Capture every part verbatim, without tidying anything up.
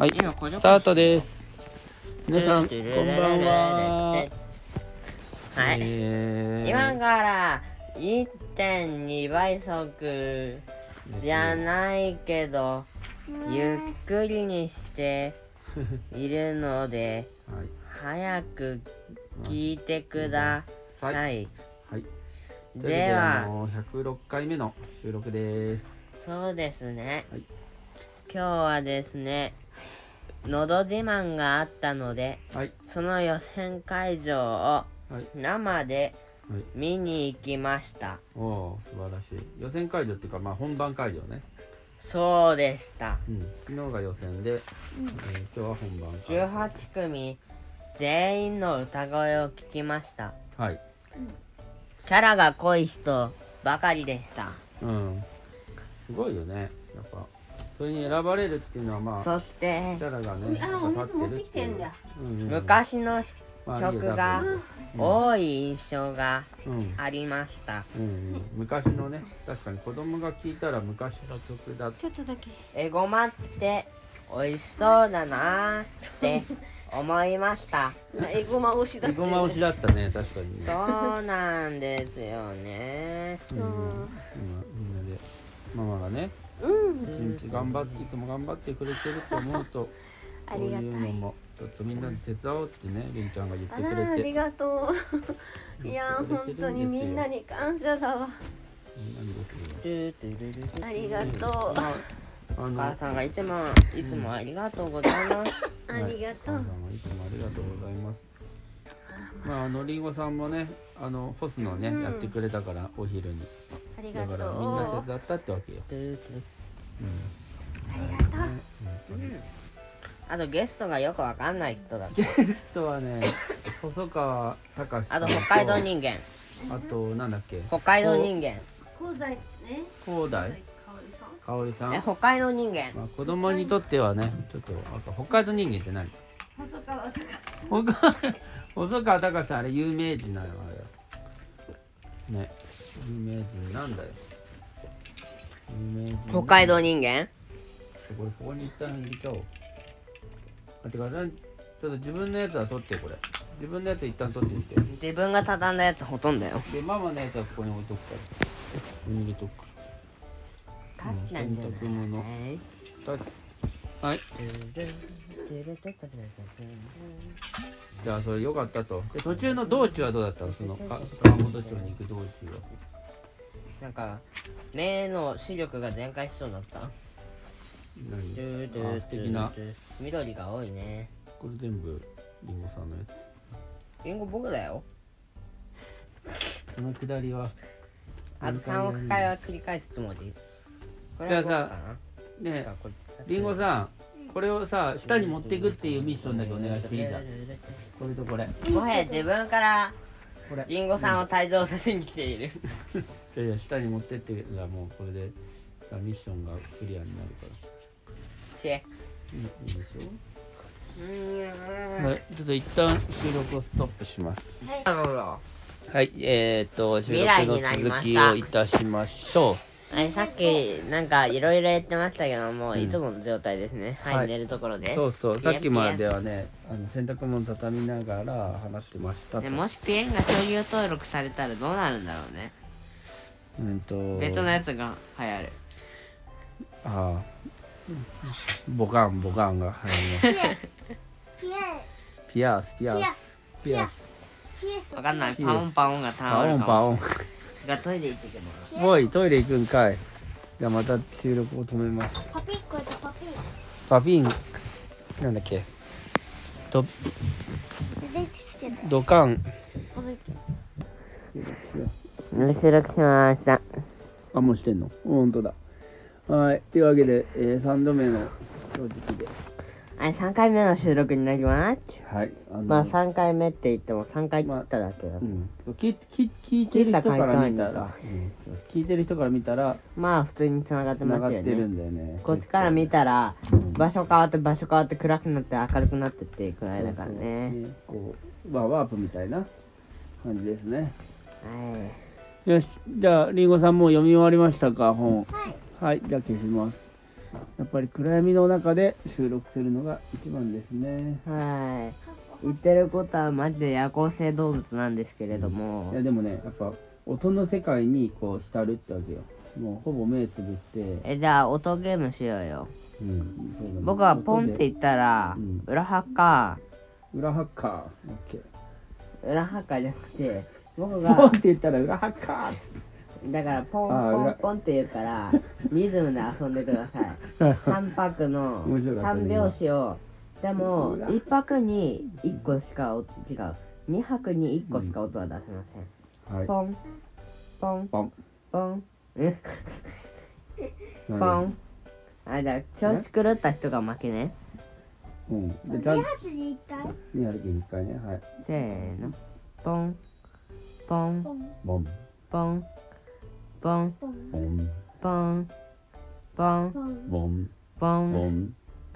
はい、スタートです。皆さんこんばんは。 はい、 えー、 今から いってんに 倍速じゃないけどゆっくりにしているので、 はい、 早く聞いてください。はい、 はい、 ではあのひゃくろっかいめの収録です。 そうですね、 はい、 今日はですねのど自慢があったので、 はい、 その予選会場を生で見に行きました。はい、 おお、素晴らしい。予選会場っていうか、まあ本番会場ね。 そうでした、 うん、昨日が予選で、うんえー、今日は本番会場。 じゅうはちくみ全員の歌声を聞きました。 はい、 キャラが濃い人ばかりでした。 うん、すごいよね。やっぱそれに選ばれるっていうのは、まあそしてキャラがね、 あ、お水持ってきてんだ。 うんうん、 昔のまあ曲が多い印象がありました。 うんうんうん、昔のね、確かに子供が聴いたら昔の曲だ。 ちょっとだけ。 エゴマって美味しそうだなって思いました。 エゴマ推しだって、ね。 エゴマ推しだったね、確かにね。 そうなんですよね。 うん、今みんなでママがね、 うん、 一日頑張っていつも頑張ってくれてると思うと、こういうのもちょっとみんなで手伝おうってね、りんちゃんが言ってくれて。 あ, ありがとう。いや本当にみんなに感謝だわ。ありがとう。 お母さんがいつもいつもありがとうございます。 ありがとう。 お母さんがいつもありがとうございます。まああのりんごさんもね、あの干すのね、うん、やってくれたからお昼に。 ありがとう。 だからみんな手伝ったってわけよ。うん、 ありがとう。 うん、あとゲストがよくわかんない人だった。 ゲストはね、細川隆さんと。 あと北海道人間。 あとなんだっけ？ 北海道人間。 広大ね。 広大。香織さん。 え、北海道人間。 まあ子供にとってはね、ちょっと北海道人間って何？ 細川隆さん。 細川隆さんあれ有名人なのあれ。ね、有名人なんだよ。有名人。 北海道人間？ これここに一旦入れちゃおう。あ、てか、ちょっと自分のやつは取って、これ。自分のやつ一旦取ってみて。 自分が畳んだやつほとんどよ。 で、ママのやつはここに置いとくから。ここに入れとく。 タッチなんじゃない？ 洗濯物。はい。じゃあ、それ良かったと。で、途中の道中はどうだったの？その、川本町に行く道中は。 なんか、目の視力が全開しそうだった。 何？あ、素敵な。 緑が多いね。 これ全部りんごさんのやつ。 りんご僕だよ。 そのくだりはあとさんおくかいは繰り返すつもり。 じゃあさ、ねえりんごさん、これをさ下に持っていくっていうミッションだけお願いしていいじゃん。これとこれ。 もはや自分からりんごさんを退場させに来ている。 いやいや、下に持ってってじゃもうこれでミッションがクリアになるから。 シェ。 いいでしょ。はい、ちょっと一旦収録をストップします。はい、はい、えー、っと収録の続きをいたしましょう。 はい、さっきなんかいろいろ言ってましたけども、うん、いつもの状態ですね。はい、はい、寝るところです。 そうそう、さっきまではね、あの洗濯物畳みながら話してましたと。 もしピエンが商業登録されたらどうなるんだろうね。 うんと別のやつが流行る。 ああ、ボカンボカンが流行ります。ピアスピアスピアスわかんない。パオンパオンがパオンパオンがトイレ行ってくるの。おい、トイレ行くんかい。じゃあまた収録を止めます。 パピンこれパピンパピンなんだっけとドカン収録しました。 あ、もうしてんの？本当だ。はい、というわけで、えー、さんどめの正直ではい、さんかいめの収録になります。 はい。 あのまあさんかいめって言ってもさんかい切っただけだ、まあうん、 聞, 聞, 聞いてる人から見たら、うん、聞いてる人から見たらまあ普通に繋がってますよね。 繋がってるんだよね。 こっちから見たら、うん、場所変わって場所変わって暗くなって明るくなってってくらいだからね。 そうそうこうワーワープみたいな感じですね。 はい。 よし、じゃありんごさんもう読み終わりましたか本？はい。はい、じゃあ消します。 やっぱり暗闇の中で収録するのが一番ですね。 はい。言ってることはマジで夜行性動物なんですけれども、 いやでもね、やっぱ音の世界にこう浸るってわけよ。もうほぼ目つぶって。 え、じゃあ音ゲームしようよ。 うん、そうだね。 僕はポンって言ったら、 うん、 裏ハッカ裏ハッカー。オッケー。裏ハッカーじゃなくて、僕ー。ポンがっ、て言ったら裏ハッカーって。 だからポンあー裏ポンポンって言うから、リズムで遊んでください。さん拍の面白かったねさん拍子を、でもいっ拍にいっこしかお、違う。に拍にいっこしか音は出せません。 はい。 ポン、ポン、 ポン。 ポン、えポ何ン。あ、じゃあ、調子狂った人が負けね。 うん。で、ちゃんに発にいっかいにやるけど一回ね。はい。 せーの。ポン、ポン、 ポンボン。 ポン、ポン、 ポンボン。 ポン、ポン、 ポンボン。 ポン。 ボン。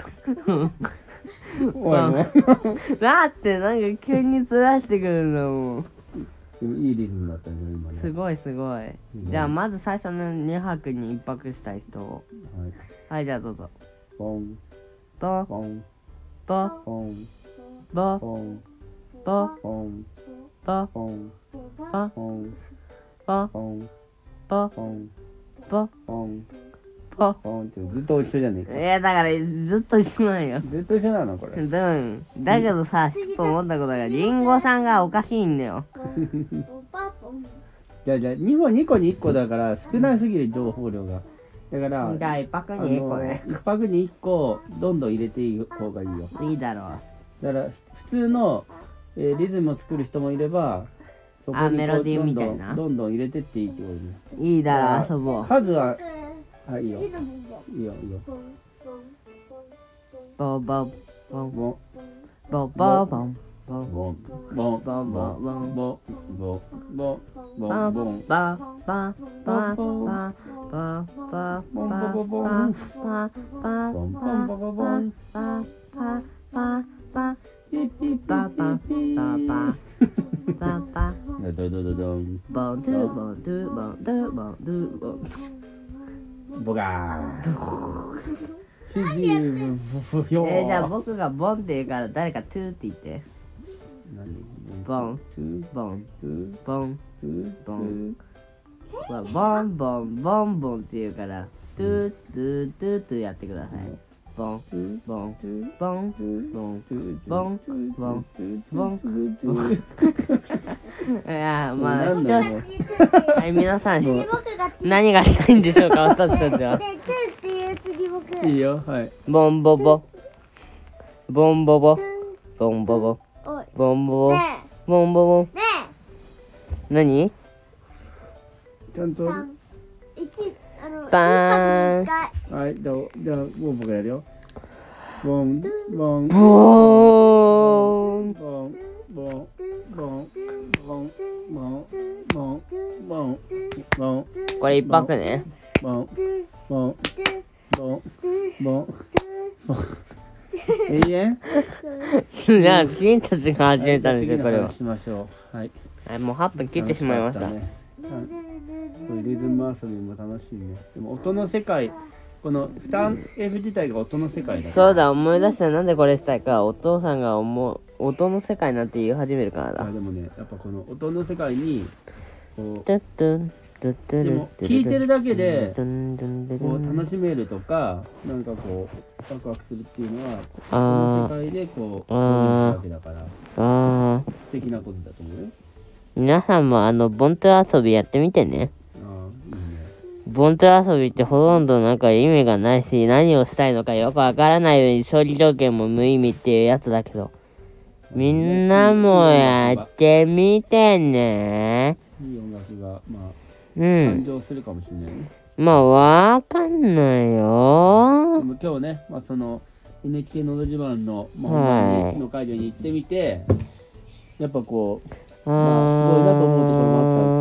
おいもう。 だってなんか急にずらしてくるのもん。 でもいいリズムだったね、今ね。 すごいすごい。じゃあまず最初のに拍にいっ拍したい人を。 はい。 はい、じゃあどうぞ。 ボン。 ポン、 ボン。 ポン、 ボン。 ポン、 ボン。 ポン、 ボン。 ポン、 ボン。 ポン、 ボン。 ポン、 ボン。 ポン、 ボン。 ポン、 ボン。 ポン。 ボンってずっと一緒じゃねえか。 いや、だからずっと一緒なんよ。 ずっと一緒なのこれ。 うん。だけどさ、ちょっと思ったことが、リンゴさんがおかしいんだよ。 ポンパポンじゃあじゃあにこにこにいっこだから少なすぎる情報量が。だから、 じゃあ一泊にいっこね。 いっぱくにいっこどんどん入れていい方がいいよ。 いいだろだから普通の、えーリズムを作る人もいれば、そこにこうあメロディーみたいなどんどんどんどん入れてっていいってことね。 う。いいだろ、遊ぼう。 数は、あ、いいよ。 リズムもいいよ、いいよ。 ポンポンポンボボボン、 ボン、 ボボボン、ボン、 ボン、ボン、ボン、 ボン、 ボン、ボン、ボン、ボン、ボン、 バボン、 バババババババババボン、ボン、ボン、ボン、 ババボン、ボン、ボン、ボン、 ババババピッピッピッババピッピババッ。 ババドドドドン。 ボンドゥボンドゥボンドゥボンドゥボン。 ボガー。シジュフフヨー。 えー、じゃあ僕がボンって言うから誰かトゥーって言って。 何？ ボン、 トゥボン、 トゥボン、 トゥボン。ボンボンボンボンボンって言うから、トゥートゥートゥートゥーやってください。ボン、ボン、ボン、ボン、ボン、ボン、ボン、ボン。いや、まあ、 なんだろう。 はい、皆さん、 次僕が何がしたいんでしょうか、私たちは。 で、ツーっていう次僕いいよ、はい。 ボンボボ。ボンボボ。ボンボボ。 おいボンボボ。 ねボンボボ。 えね何ちゃんと。 え三一あのバーン一発に一回はい、じゃあ、じゃあ、もう僕やるよ。ボン、ボン、 ボーン。 ボン、ボン、ボン、ボン、ボン、ボン、ボン、ボン、ボン、 これ一泊ね。 ボン、ボン、ボン、ボン、ボン。永遠？ じゃあ、君たちが始めたんですよ、これは。 しましょう。はい。 はい、もうはっぷん切ってしまいました。 楽しかったね。これリズム遊びも楽しいね。でも音の世界、このスタン F 自体が音の世界だ。 そうだ、思い出した。なんでこれしたいか。お父さんが思う、音の世界なんて言い始めるからあ、 だ。 でもね、やっぱこの音の世界にこトゥットゥントゥットゥう、でルも聞いてるだけでトゥントゥントゥこうン楽しめるとか、なんかこうワクワクするっていうのは、こあーの世界でこうあーわけだからあー、 素敵なことだと思うよ。 皆さんもあの、ボント遊びやってみてね。 ああ、いいね。 ボント遊びってほとんどなんか意味がないし、何をしたいのかよくわからないように勝利条件も無意味っていうやつだけど、みんなもやってみてね。 いい音楽がまあう誕ん。 生するかもしれないね。 まあ、わかんないでよ。 も今日ね、まあその エヌエイチケー のど自慢のまあはい本番の会場に行ってみて、やっぱこうあまあすごいなと思うところ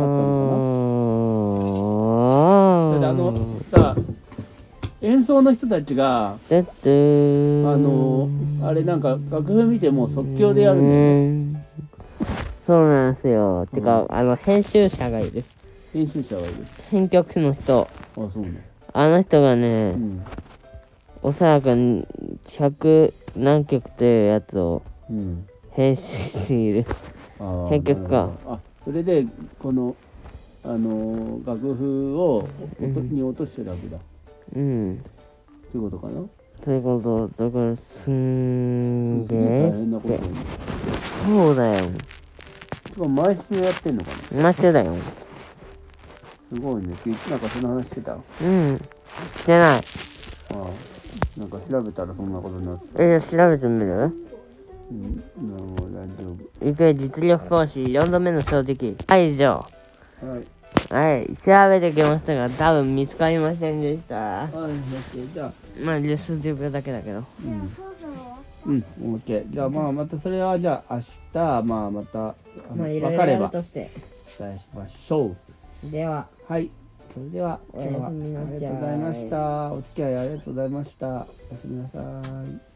もあったあったのかな。だってあのさ、演奏の人たちがだってあのあれなんか楽譜見ても即興でやるんだよね。 そうなんですよ。てか、あの、編集者がいる。 編集者がいる。 編曲の人。 あ、そうね。 あの人がねう、ん。 おそらくひゃく何曲というやつをうん編集している。 あー編曲かなるほどあそれでこのあのー楽譜を音に落としてるわけだ、 うんっていうことかな。 ということだからすんげすげえ大え変なことやね。 そうだよ。 しかも毎週やってんのかな。 マジだよ。 すごいね。今日なんかその話してた。あうんしてない。 あ、なんか調べたらそんなことになってた。 え調べてみる？ うん、なるほど、大丈ゆく実力講師よんどめの正直。はい以上。 夫。はい。 はい調べてきましたが多分見つかりませんでした。 はい、オッケー。じゃあ、 まあ数十秒だけだけど。 うん。うん、オッケー。じゃあ、まあ、またそれは、じゃあ、明日、まあ、また、あの分かれば、おして伝えしましょう。 でははい。それでは、今日は、ありがとうございました。お付き合いありがとうございました。おやすみなさい。